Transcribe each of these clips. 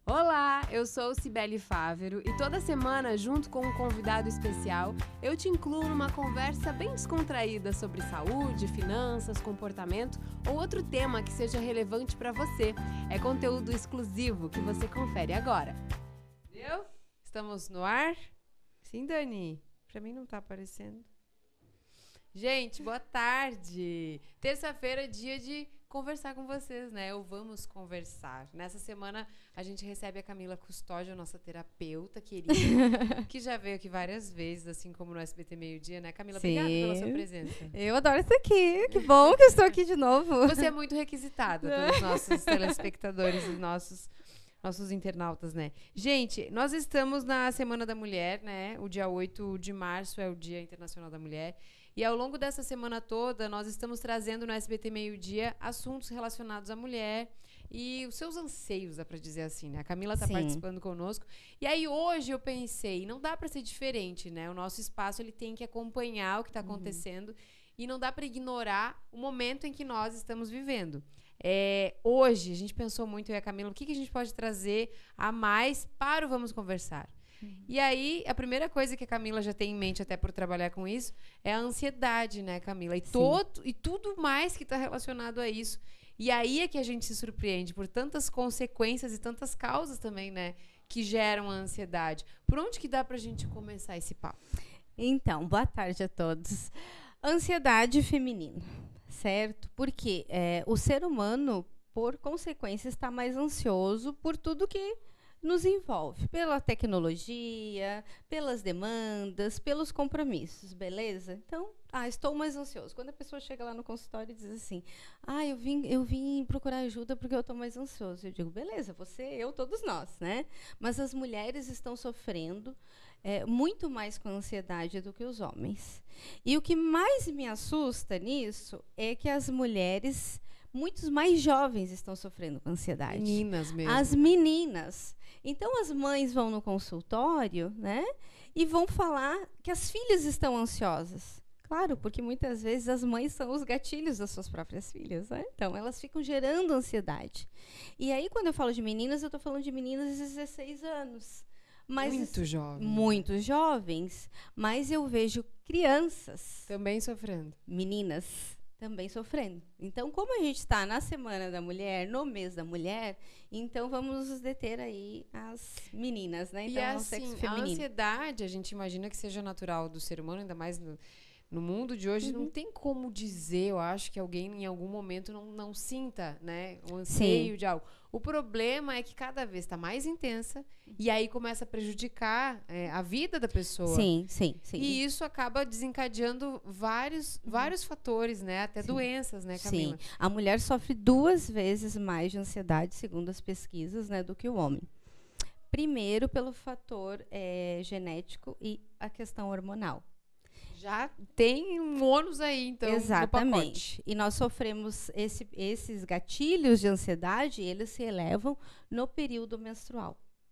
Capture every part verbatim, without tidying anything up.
Olá, eu sou Cibele Fávero e toda semana, junto com um convidado especial, eu te incluo numa conversa bem descontraída sobre saúde, finanças, comportamento ou outro tema que seja relevante para você. É conteúdo exclusivo que você confere agora. Viu? Estamos no ar? Sim, Dani? Para mim não tá aparecendo. Gente, boa tarde! Terça-feira é dia de conversar com vocês, né? Ou vamos conversar. Nessa semana a gente recebe a Camila Custódio, nossa terapeuta querida, que já veio aqui várias vezes, assim como no S B T Meio-Dia, né? Camila, Sim. obrigada pela sua presença. Eu adoro isso aqui. Que bom que eu estou aqui de novo. Você é muito requisitada pelos nossos telespectadores e nossos, nossos internautas, né? Gente, nós estamos na Semana da Mulher, né? O dia oito de março é o Dia Internacional da Mulher. E ao longo dessa semana toda, nós estamos trazendo no S B T Meio-Dia assuntos relacionados à mulher e os seus anseios, dá pra dizer assim, né? A Camila tá Sim. participando conosco. E aí hoje eu pensei, não dá pra ser diferente, né? O nosso espaço ele tem que acompanhar o que tá acontecendo e não dá pra ignorar o momento em que nós estamos vivendo. É, hoje, a gente pensou muito, eu e a Camila, o que, que a gente pode trazer a mais para o Vamos Conversar? Uhum. E aí, a primeira coisa que a Camila já tem em mente, até por trabalhar com isso, é a ansiedade, né, Camila? E, todo, e tudo mais que está relacionado a isso. E aí é que a gente se surpreende por tantas consequências e tantas causas também, né, que geram a ansiedade. Por onde que dá pra gente começar esse papo? Então, boa tarde a todos. Ansiedade feminina, certo? Porque é, o ser humano, por consequência, está mais ansioso por tudo que nos envolve, pela tecnologia, pelas demandas, pelos compromissos, beleza? Então, ah, estou mais ansioso. Quando a pessoa chega lá no consultório e diz assim, ah, eu vim, eu vim procurar ajuda porque eu estou mais ansioso. Eu digo, beleza, você, eu, todos nós, né? Mas as mulheres estão sofrendo é, muito mais com ansiedade do que os homens. E o que mais me assusta nisso é que as mulheres, muitos mais jovens, estão sofrendo com ansiedade. Meninas mesmo. As meninas. Então, as mães vão no consultório, né, e vão falar que as filhas estão ansiosas. Claro, porque muitas vezes as mães são os gatilhos das suas próprias filhas, né? Então, elas ficam gerando ansiedade. E aí, quando eu falo de meninas, eu estou falando de meninas de dezesseis anos. Mas, muito jovens. Muito jovens. Mas eu vejo crianças. Também sofrendo. Meninas também sofrendo. Então, como a gente está na Semana da Mulher, no mês da mulher, então vamos nos deter aí as meninas, né? Então, e é o assim, sexo feminino. A ansiedade, a gente imagina que seja natural do ser humano, ainda mais no, no mundo de hoje, uhum. Não tem como dizer, eu acho, que alguém em algum momento não, não sinta, né, o anseio Sim. de algo. O problema é que cada vez está mais intensa e aí começa a prejudicar é, a vida da pessoa. Sim, sim, sim. E isso acaba desencadeando vários, uhum. vários fatores, né? Até sim. doenças, né, Camila? Sim. A mulher sofre duas vezes mais de ansiedade, segundo as pesquisas, né, do que o homem. Primeiro, pelo fator é, genético e a questão hormonal. Já tem um ônus aí, então, Exatamente. E nós sofremos esse, esses gatilhos de ansiedade, eles se elevam no período menstrual.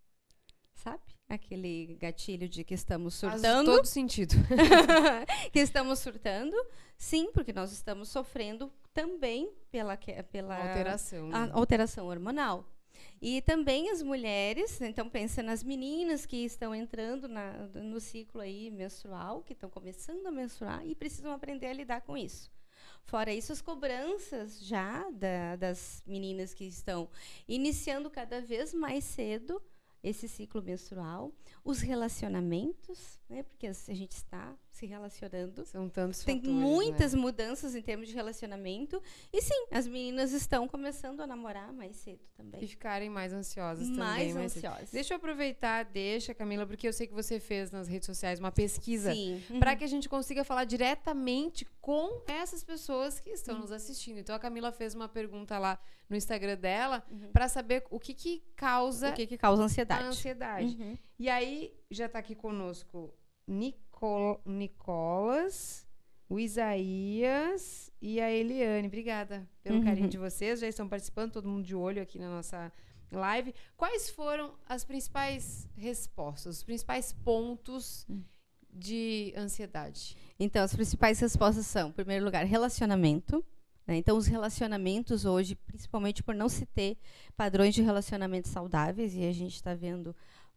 Sabe? Aquele gatilho de que estamos surtando. Faz todo sentido. Que estamos surtando. Sim, porque nós estamos sofrendo também pela, pela alteração, né? a alteração hormonal. E também as mulheres, então pensa nas meninas que estão entrando na, no ciclo aí menstrual, que estão começando a menstruar e precisam aprender a lidar com isso. Fora isso, as cobranças já da, das meninas que estão iniciando cada vez mais cedo esse ciclo menstrual, os relacionamentos, né, porque a gente está se relacionando. São tantos Tem fatores, muitas né? mudanças em termos de relacionamento. E sim, as meninas estão começando a namorar mais cedo também. E ficarem mais ansiosas mais também. Mais ansiosas. Deixa eu aproveitar, deixa, Camila, porque eu sei que você fez nas redes sociais uma pesquisa uhum. para que a gente consiga falar diretamente com essas pessoas que estão uhum. nos assistindo. Então, a Camila fez uma pergunta lá no Instagram dela uhum. para saber o que, que causa... O que, que causa ansiedade. A ansiedade. Uhum. E aí, já está aqui conosco Nicol- Nicolas, o Isaías e a Eliane. Obrigada pelo uhum. carinho de vocês. Já estão participando, todo mundo de olho aqui na nossa live. Quais foram as principais respostas, os principais pontos uhum. de ansiedade? Então, as principais respostas são, em primeiro lugar, relacionamento. né? Então, os relacionamentos hoje, principalmente por não se ter padrões de relacionamentos saudáveis, e a gente está vendo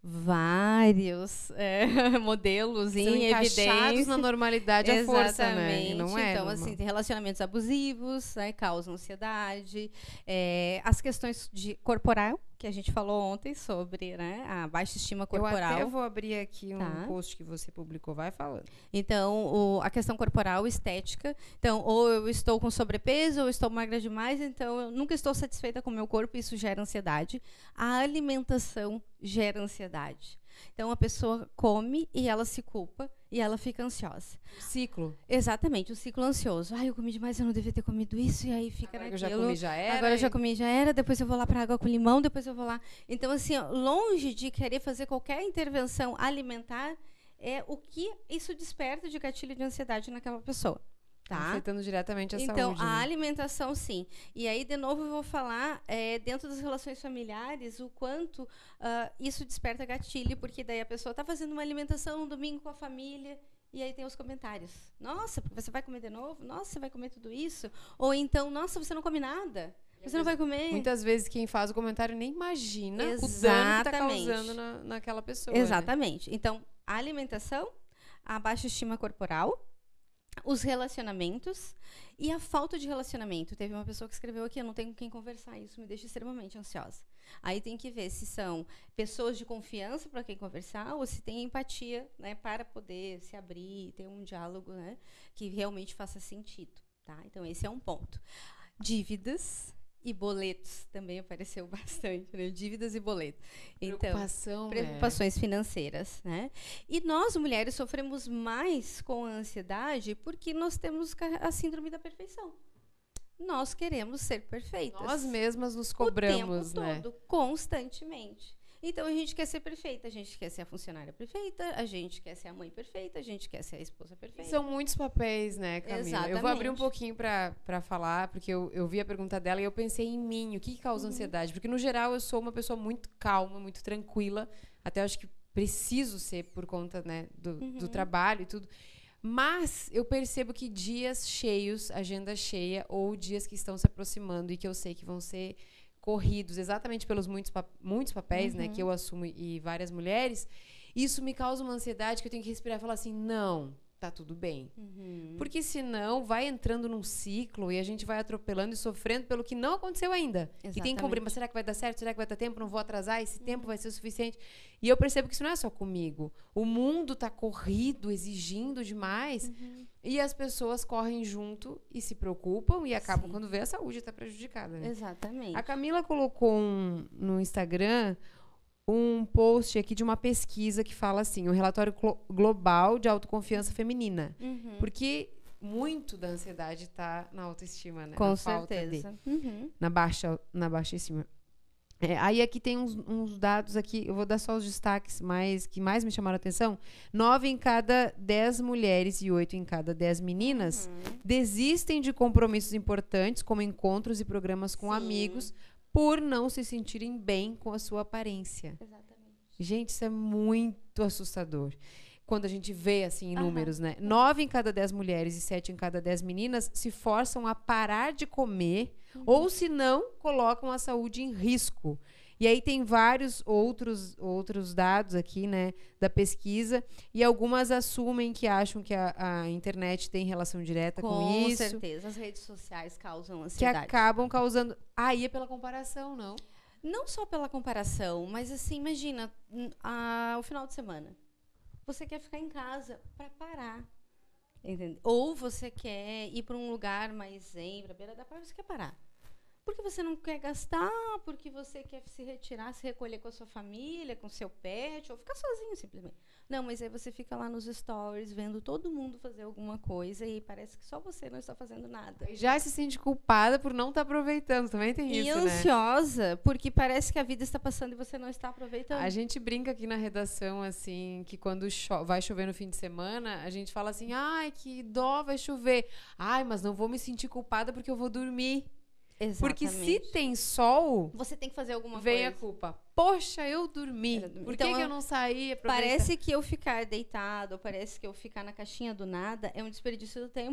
vários é, modelos São em encaixados evidência. na normalidade à força, né? E não é Então, normal. assim, tem relacionamentos abusivos, né, causam ansiedade. É, as questões de corporal, que a gente falou ontem sobre, né, a baixa estima corporal. Eu até vou abrir aqui um Tá. post que você publicou, vai falando. Então, o, a questão corporal, estética. Então, ou eu estou com sobrepeso, ou eu estou magra demais, então eu nunca estou satisfeita com o meu corpo, isso gera ansiedade. A alimentação gera ansiedade. Então, a pessoa come e ela se culpa e ela fica ansiosa. Ciclo. Exatamente, o ciclo ansioso. Ai, eu comi demais, eu não devia ter comido isso, e aí fica Agora naquilo. que eu já comi, já era. Agora eu já e- comi, já era, depois eu vou lá para água com limão, depois eu vou lá. Então, assim, ó, longe de querer fazer qualquer intervenção alimentar, é o que isso desperta de gatilho de ansiedade naquela pessoa. Tá? Afetando diretamente a Então, saúde. a né? alimentação, sim. E aí, de novo, eu vou falar, é, dentro das relações familiares, o quanto ah, isso desperta gatilho, porque daí a pessoa está fazendo uma alimentação no domingo com a família, e aí tem os comentários. Nossa, você vai comer de novo? Nossa, você vai comer tudo isso? Ou então, nossa, você não come nada? Você não vai comer? Muitas vezes quem faz o comentário nem imagina o dano que está Exatamente. causando na, naquela pessoa. né? Exatamente. Então, a alimentação, a baixa estima corporal, os relacionamentos e a falta de relacionamento. Teve uma pessoa que escreveu aqui, eu não tenho com quem conversar, isso me deixa extremamente ansiosa. Aí tem que ver se são pessoas de confiança para quem conversar ou se tem empatia, né, para poder se abrir, ter um diálogo, né, que realmente faça sentido. Tá? Então, esse é um ponto. Dívidas e boletos também apareceu bastante, né? Dívidas e boletos. Então, Preocupação, preocupações financeiras, né? E nós, mulheres, sofremos mais com a ansiedade porque nós temos ca- a síndrome da perfeição. Nós queremos ser né? perfeitas. Nós mesmas nos cobramos, o tempo né? todo, constantemente. Então, a gente quer ser perfeita, a gente quer ser a funcionária perfeita, a gente quer ser a mãe perfeita, a gente quer ser a esposa perfeita. São muitos papéis, né, Camila? Eu vou abrir um Exatamente. pouquinho pra, pra falar, porque eu, eu vi a pergunta dela e eu pensei em mim, o que, que causa Uhum. ansiedade? Porque, no geral, eu sou uma pessoa muito calma, muito tranquila, até acho que preciso ser por conta, né, do, do Uhum. trabalho e tudo. Mas eu percebo que dias cheios, agenda cheia, ou dias que estão se aproximando e que eu sei que vão ser corridos exatamente pelos muitos, pa- muitos papéis, né, Uhum. que eu assumo e várias mulheres, isso me causa uma ansiedade que eu tenho que respirar e falar assim, não, tá tudo bem. Uhum. Porque senão vai entrando num ciclo e a gente vai atropelando e sofrendo pelo que não aconteceu ainda. E tem que Exatamente. cobrir, mas será que vai dar certo? Será que vai dar tempo? Não vou atrasar? Esse tempo vai ser o suficiente? E eu percebo que isso não é só comigo. O mundo tá corrido, exigindo demais. Uhum. E as pessoas correm junto e se preocupam e acabam Sim. quando vê a saúde tá prejudicada. Né? Exatamente. A Camila colocou um, no Instagram um post aqui de uma pesquisa que fala assim, um relatório glo- global de autoconfiança feminina. Uhum. Porque muito da ansiedade está na autoestima, né? Com na falta de- certeza. Uhum. na baixa, na baixa estima. É, aí aqui tem uns, uns dados aqui, eu vou dar só os destaques mais, que mais me chamaram a atenção. Nove em cada dez mulheres e oito em cada dez meninas Uhum. desistem de compromissos importantes, como encontros e programas com Sim. amigos, por não se sentirem bem com a sua aparência. Exatamente. Gente, isso é muito assustador. Quando a gente vê, assim, em Aham. números, né? Nove em cada dez mulheres e sete em cada dez meninas se forçam a parar de comer Uhum. ou, se não, colocam a saúde em risco. E aí tem vários outros, outros dados aqui, né, da pesquisa, e algumas assumem que acham que a, a internet tem relação direta com, Com isso, certeza. As redes sociais causam que ansiedade. acabam causando... Aí é pela comparação, não? Não só pela comparação, mas assim, imagina, n- a- o final de semana. Você quer ficar em casa para parar. Entende? Ou você quer ir para um lugar mais zen, para beira da praia, você quer parar. Porque você não quer gastar, porque você quer se retirar, se recolher com a sua família, com o seu pet, ou ficar sozinho simplesmente. Não, mas aí você fica lá nos stories, vendo todo mundo fazer alguma coisa e parece que só você não está fazendo nada. E já se sente culpada por não estar aproveitando, também tem E isso, né? ansiosa, porque parece que a vida está passando e você não está aproveitando. A gente brinca aqui na redação, assim, que quando cho- vai chover no fim de semana, a gente fala assim, ai, que dó, vai chover. Ai, mas não vou me sentir culpada porque eu vou dormir. Porque se tem sol, você tem que fazer alguma vem coisa. a culpa. Poxa, eu dormi. Eu dormi. Por Então, que, que eu- eu não saí? Aproveita? Parece que eu ficar deitado, parece que eu ficar na caixinha do nada é um desperdício do tempo. Com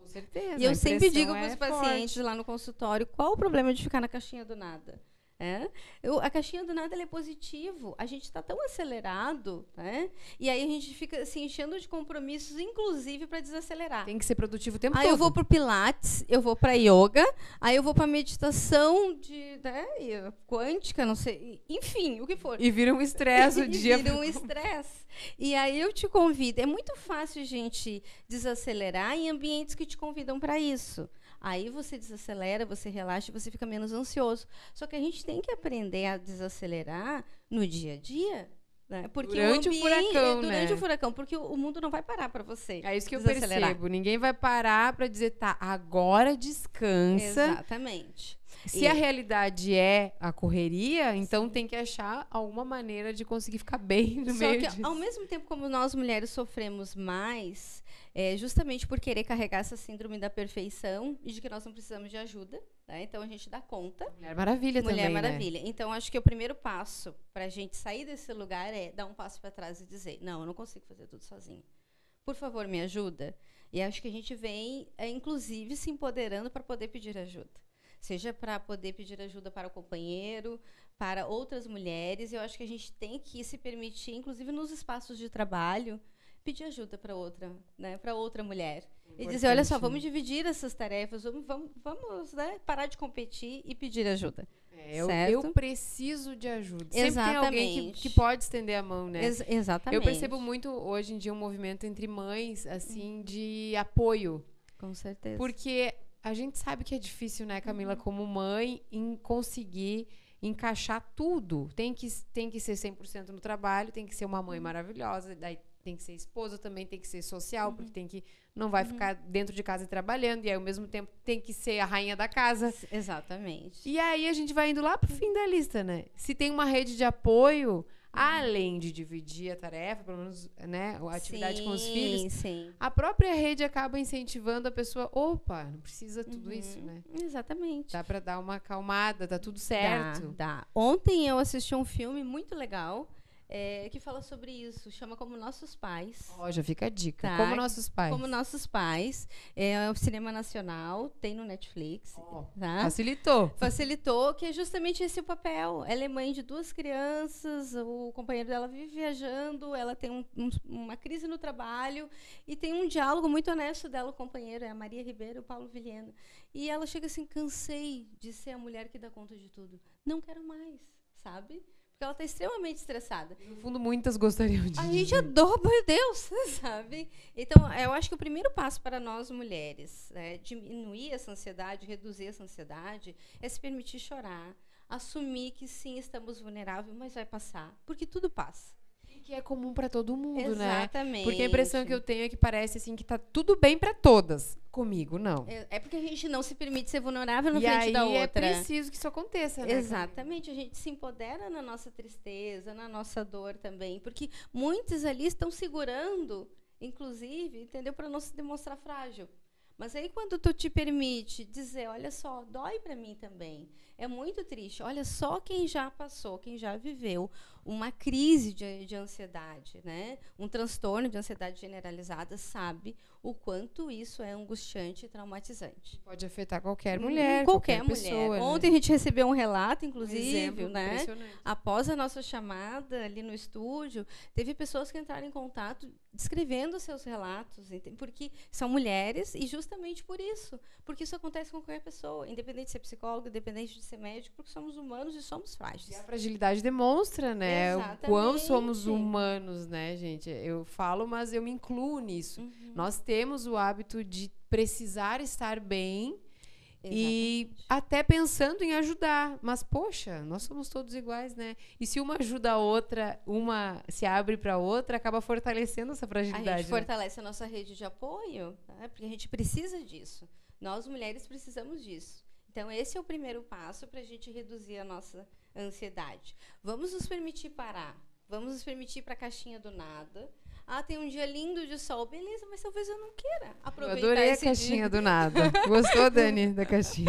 Com certeza. E eu sempre digo é para os pacientes forte. lá no consultório, qual o problema de ficar na caixinha do nada? É? Eu, a caixinha do nada ela é positivo. A gente está tão acelerado, né? E aí a gente fica se enchendo de compromissos, inclusive para desacelerar. Tem que ser produtivo o tempo aí todo. eu vou para o Pilates, eu vou para yoga, aí eu vou para meditação de, né, quântica, não sei, enfim, o que for. E vira um estresse o dia. Vira um estresse. E aí eu te convido. É muito fácil a gente desacelerar em ambientes que te convidam para isso. Aí você desacelera, você relaxa, você fica menos ansioso. Só que a gente tem que aprender a desacelerar no dia a dia, né? Porque durante o, ambiente, furacão, é, durante né? o furacão, porque o, o mundo não vai parar para você. É isso que eu desacelerar. percebo. Ninguém vai parar para dizer, tá, agora descansa. Exatamente. Se e... a realidade é a correria, então tem que achar alguma maneira de conseguir ficar bem no Só meio que, disso. ao mesmo tempo, como nós mulheres sofremos mais, é, justamente por querer carregar essa síndrome da perfeição e de que nós não precisamos de ajuda, né? Então a gente dá conta. Mulher Maravilha Mulher também, Maravilha. né? Então acho que o primeiro passo para a gente sair desse lugar é dar um passo para trás e dizer, não, eu não consigo fazer tudo sozinha. Por favor, me ajuda. E acho que a gente vem, é, inclusive, se empoderando para poder pedir ajuda. Seja para poder pedir ajuda para o companheiro, para outras mulheres. Eu acho que a gente tem que se permitir, inclusive nos espaços de trabalho, pedir ajuda para outra, né, para outra mulher. Importante. E dizer, olha só, vamos dividir essas tarefas, vamos, vamos, vamos né, parar de competir e pedir ajuda. É, eu, eu preciso de ajuda. Sempre Exatamente. tem alguém que, que pode estender a mão, né? Ex exatamente. Eu percebo muito, hoje em dia, um movimento entre mães, assim, de apoio. Com certeza. Porque a gente sabe que é difícil, né, Camila, como mãe, em conseguir encaixar tudo. Tem que, tem que ser cem por cento no trabalho, tem que ser uma mãe maravilhosa, daí tem que ser esposa também, tem que ser social, uhum. porque tem que não vai uhum. ficar dentro de casa e trabalhando, e aí ao mesmo tempo tem que ser a rainha da casa. Exatamente. E aí a gente vai indo lá pro fim da lista, né? Se tem uma rede de apoio, uhum. além de dividir a tarefa, pelo menos, né, a atividade sim, com os filhos, sim. a própria rede acaba incentivando a pessoa, opa, não precisa tudo uhum. isso, né? Exatamente. Dá pra dar uma acalmada, tá tudo certo. Dá, dá. Ontem eu assisti um filme muito legal, É, que fala sobre isso, chama Como Nossos Pais. Ó, oh, já fica a dica. Tá? Como Nossos Pais. Como Nossos Pais. É o cinema nacional, tem no Netflix. Oh, tá? Facilitou. Facilitou, que é justamente esse o papel. Ela é mãe de duas crianças, o companheiro dela vive viajando, ela tem um, um, uma crise no trabalho e tem um diálogo muito honesto dela, o companheiro, é a Maria Ribeiro e o Paulo Vilhena. E ela chega assim, cansei de ser a mulher que dá conta de tudo. Não quero mais, sabe? Porque ela está extremamente estressada. No fundo, muitas gostariam de. A gente adora, meu Deus, sabe? Então, eu acho que o primeiro passo para nós mulheres, é, diminuir essa ansiedade, reduzir essa ansiedade, é se permitir chorar, assumir que sim, estamos vulneráveis, mas vai passar, porque tudo passa. Que é comum para todo mundo, Exatamente. né? Exatamente. Porque a impressão que eu tenho é que parece assim que tá tudo bem para todas. Comigo, não. É, é porque a gente não se permite ser vulnerável na e frente aí da outra. É preciso que isso aconteça, né? Exatamente. A gente se empodera na nossa tristeza, na nossa dor também. Porque muitos ali estão segurando, inclusive, entendeu? Para não se demonstrar frágil. Mas aí quando tu te permite dizer, olha só, dói para mim também. É muito triste. Olha só quem já passou, quem já viveu uma crise de, de ansiedade, né? Um transtorno de ansiedade generalizada, sabe o quanto isso é angustiante e traumatizante. Pode afetar qualquer mulher, qualquer, qualquer mulher. Pessoa, Ontem né? a gente recebeu um relato, inclusive, um exemplo, né? Impressionante. Após a nossa chamada ali no estúdio, teve pessoas que entraram em contato descrevendo seus relatos, porque são mulheres e justamente por isso, porque isso acontece com qualquer pessoa, independente de ser psicólogo, independente de ser médico, porque somos humanos e somos frágeis. E a fragilidade demonstra, né? Exatamente. O quão somos humanos, né, gente? Eu falo, mas eu me incluo nisso. Uhum. Nós temos o hábito de precisar estar bem. Exatamente. E até pensando em ajudar. Mas, poxa, nós somos todos iguais, né? E se uma ajuda a outra, uma se abre para a outra, acaba fortalecendo essa fragilidade. A gente né? fortalece a nossa rede de apoio, né? Porque a gente precisa disso. Nós, mulheres, precisamos disso. Então, esse é o primeiro passo para a gente reduzir a nossa ansiedade. Vamos nos permitir parar. Vamos nos permitir ir para a caixinha do nada. Ah, tem um dia lindo de sol. Beleza, mas talvez eu não queira aproveitar Eu adorei esse a caixinha dia. do nada. Gostou, Dani, da caixinha?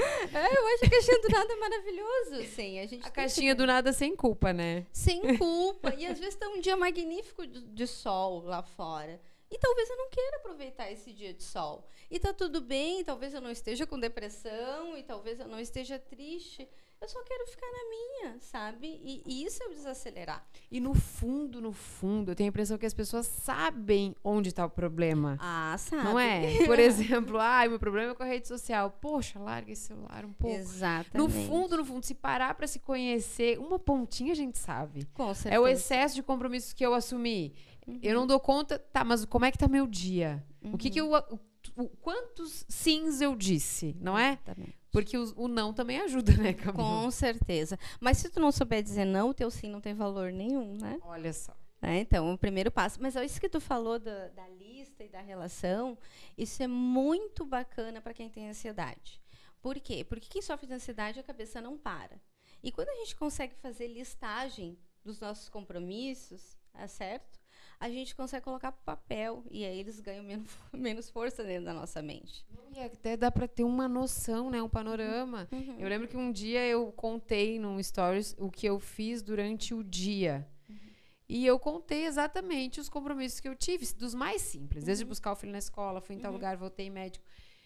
É, eu acho a caixinha do nada maravilhoso. Sim, a gente a caixinha que... do nada sem culpa, né? Sem culpa. E às vezes está um dia magnífico de, de sol lá fora. E talvez eu não queira aproveitar esse dia de sol. E tá tudo bem, talvez eu não esteja com depressão, e talvez eu não esteja triste. Eu só quero ficar na minha, sabe? E, e isso é o desacelerar. E no fundo, no fundo, eu tenho a impressão que as pessoas sabem onde está o problema. Ah, sabe. Não é? Por exemplo, ah, meu problema é com a rede social. Poxa, larga esse celular um pouco. Exatamente. No fundo, no fundo, se parar para se conhecer, uma pontinha a gente sabe. Com certeza. É o excesso de compromissos que eu assumi. Uhum. Eu não dou conta, tá, mas como é que tá meu dia? Uhum. O que que eu... O, o, quantos sims eu disse, não é? Exatamente. Porque o, o não também ajuda, né, Camila? Com certeza. Mas se tu não souber dizer não, o teu sim não tem valor nenhum, né? Olha só. É, então, o primeiro passo. Mas ó, isso que tu falou da, da lista e da relação, isso é muito bacana para quem tem ansiedade. Por quê? Porque quem sofre de ansiedade, a cabeça não para. E quando a gente consegue fazer listagem dos nossos compromissos, tá certo? A gente consegue colocar para papel e aí eles ganham menos, menos força dentro da nossa mente. E até dá para ter uma noção, né, um panorama. Uhum. Eu lembro que um dia eu contei num stories o que eu fiz durante o dia. Uhum. E eu contei exatamente os compromissos que eu tive, dos mais simples. Uhum. Desde buscar o filho na escola, fui em tal uhum. lugar, voltei médico.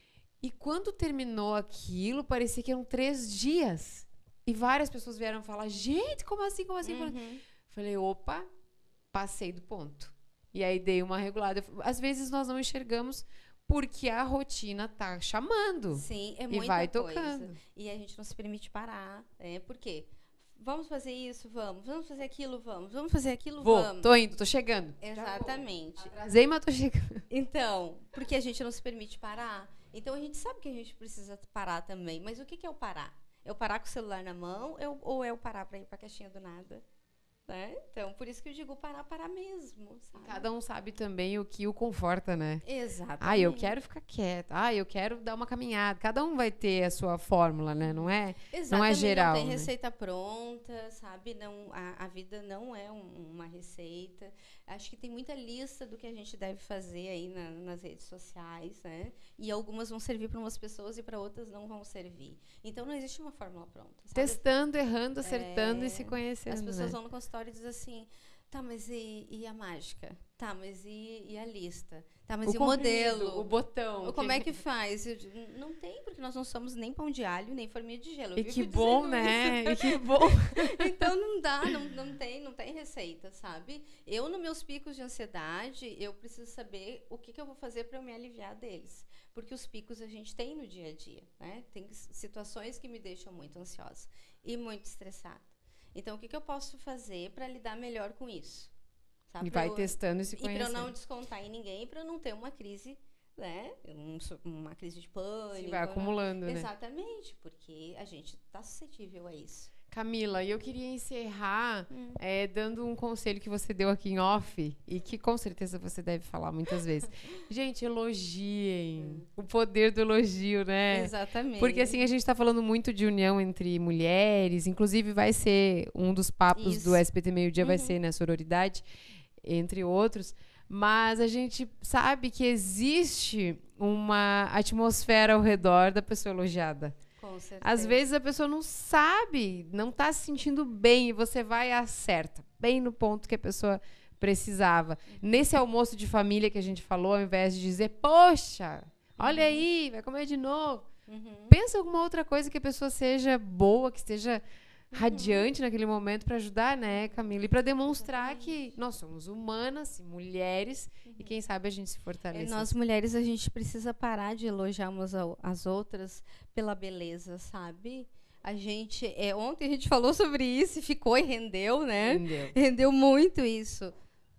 E quando terminou aquilo, parecia que eram três dias. E várias pessoas vieram falar, gente, como assim, como assim? Uhum. Falei, opa, passei do ponto. E aí dei uma regulada. Às vezes nós não enxergamos porque a rotina tá chamando. Sim, é muita e vai coisa. Tocando. E a gente não se permite parar. É, por quê? Vamos fazer isso? Vamos. Vamos fazer aquilo? Vamos. Vamos fazer aquilo? Vou, vamos. Tô indo, tô chegando. Exatamente. Atrasei, mas tô chegando. Então, porque a gente não se permite parar. Então, a gente sabe que a gente precisa parar também. Mas o que, que é o parar? É o parar com o celular na mão ou é o parar para ir para a caixinha do nada? Né? Então, por isso que eu digo parar, parar mesmo. Sabe? Cada um sabe também o que o conforta, né? Exatamente. Ah, eu quero ficar quieta. Ah, eu quero dar uma caminhada. Cada um vai ter a sua fórmula, né? Não é, Exatamente, não é geral. Não tem né? receita pronta, sabe? Não, a, a vida não é um, uma receita. Acho que tem muita lista do que a gente deve fazer aí na, nas redes sociais, né? E algumas vão servir para umas pessoas e para outras não vão servir. Então, não existe uma fórmula pronta. Sabe? Testando, errando, acertando é, e se conhecendo. As pessoas né? vão no consultório e dizem assim, tá, mas e, e a mágica? Tá, mas e, e a lista? Tá, mas o e o modelo? O botão. Como que... é que faz? Eu, não tem, porque nós não somos nem pão de alho, nem forminha de gelo. E que bom, né? E que bom. Então, não dá, não, não, tem, não tem receita, sabe? Eu, nos meus picos de ansiedade, eu preciso saber o que, que eu vou fazer para eu me aliviar deles. Porque os picos a gente tem no dia a dia, né? Tem situações que me deixam muito ansiosa e muito estressada. Então, o que, que eu posso fazer para lidar melhor com isso? Sabe? E vai eu, testando e se conhecendo. E para eu não descontar em ninguém, para eu não ter uma crise, né? Um, uma crise de pânico. Sim, vai acumulando, né? Exatamente, porque a gente está suscetível a isso. Camila, eu queria encerrar hum. é, dando um conselho que você deu aqui em off e que com certeza você deve falar muitas vezes. Gente, elogiem. Hum. O poder do elogio, né? Exatamente. Porque assim, a gente está falando muito de união entre mulheres, inclusive vai ser um dos papos Isso. do S B T Meio-Dia, uhum. vai ser, né, sororidade, entre outros. Mas a gente sabe que existe uma atmosfera ao redor da pessoa elogiada. Com certeza. Às vezes a pessoa não sabe, não está se sentindo bem e você vai e acerta, bem no ponto que a pessoa precisava. Nesse almoço de família que a gente falou, ao invés de dizer, poxa, olha uhum. aí, vai comer de novo. Uhum. Pensa alguma outra coisa que a pessoa seja boa, que esteja uhum. radiante naquele momento para ajudar, né, Camila? E para demonstrar que nós somos humanas, mulheres, uhum. e quem sabe a gente se fortalece. É, nós mulheres, a gente precisa parar de elogiar umas as outras pela beleza, sabe? A gente, é, ontem a gente falou sobre isso e ficou e rendeu, né? Rendeu. Rendeu muito isso.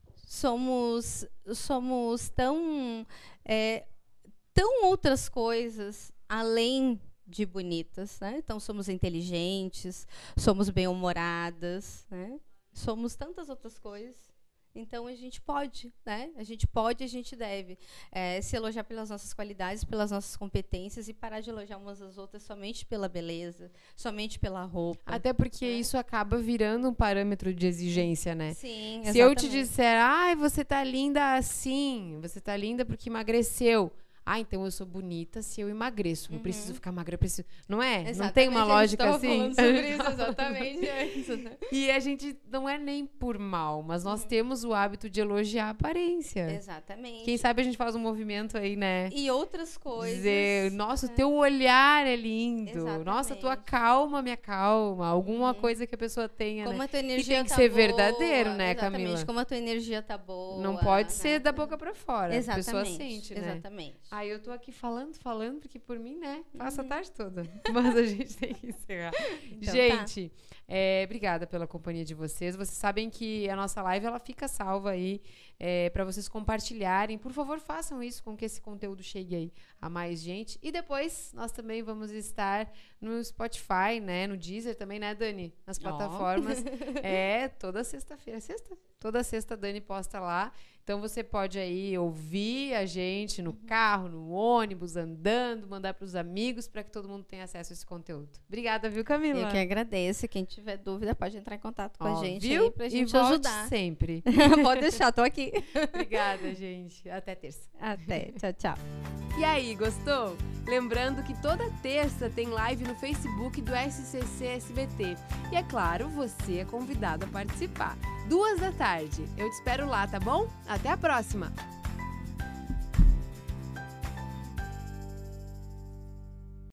Somos, somos tão, é, tão outras coisas além de bonitas, né? Então, somos inteligentes, somos bem-humoradas, né? Somos tantas outras coisas. Então, a gente pode, né? A gente pode e a gente deve é, se elogiar pelas nossas qualidades, pelas nossas competências e parar de elogiar umas às outras somente pela beleza, somente pela roupa. Até porque né? isso acaba virando um parâmetro de exigência, né? Sim, exatamente. Se eu te disser, ai, você tá linda assim, você tá linda porque emagreceu. Ah, então eu sou bonita se eu emagreço. Eu Uhum. preciso ficar magra, eu preciso... Não é? Exatamente, Não tem uma lógica a gente assim? falando sobre isso, exatamente. É isso, né? E a gente não é nem por mal, mas nós uhum. temos o hábito de elogiar a aparência. Exatamente. Quem sabe a gente faz um movimento aí, né? E outras coisas. Dizer, nossa, né? o teu olhar é lindo. Exatamente. Nossa, tua calma me acalma. Alguma uhum. coisa que a pessoa tenha, como né? a tua energia e tem que tá ser boa, verdadeiro, né, exatamente, Camila? como a tua energia tá boa. Não pode né? ser da boca pra fora. Exatamente. A pessoa sente, né? Exatamente. Aí eu tô aqui falando, falando, porque por mim, né? Passa uhum. a tarde toda. Mas a gente tem que encerrar. Então, gente, tá. é, obrigada pela companhia de vocês. Vocês sabem que a nossa live, ela fica salva aí é, para vocês compartilharem. Por favor, façam isso com que esse conteúdo chegue aí a mais gente. E depois, nós também vamos estar no Spotify, né? No Deezer também, né, Dani? Nas plataformas. Oh. É, toda sexta-feira. Sexta? Toda sexta a Dani posta lá. Então, você pode aí ouvir a gente no carro, no ônibus, andando, mandar para os amigos, para que todo mundo tenha acesso a esse conteúdo. Obrigada, viu, Camila? Eu que agradeço. Quem tiver dúvida pode entrar em contato com Ó, a gente viu? aí pra gente e volte ajudar. sempre. Pode deixar, tô aqui. Obrigada, gente. Até terça. Até. Tchau, tchau. E aí, gostou? Lembrando que toda terça tem live no Facebook do S C C S B T. E é claro, você é convidado a participar. Duas da tarde. Eu te espero lá, tá bom? Até a próxima!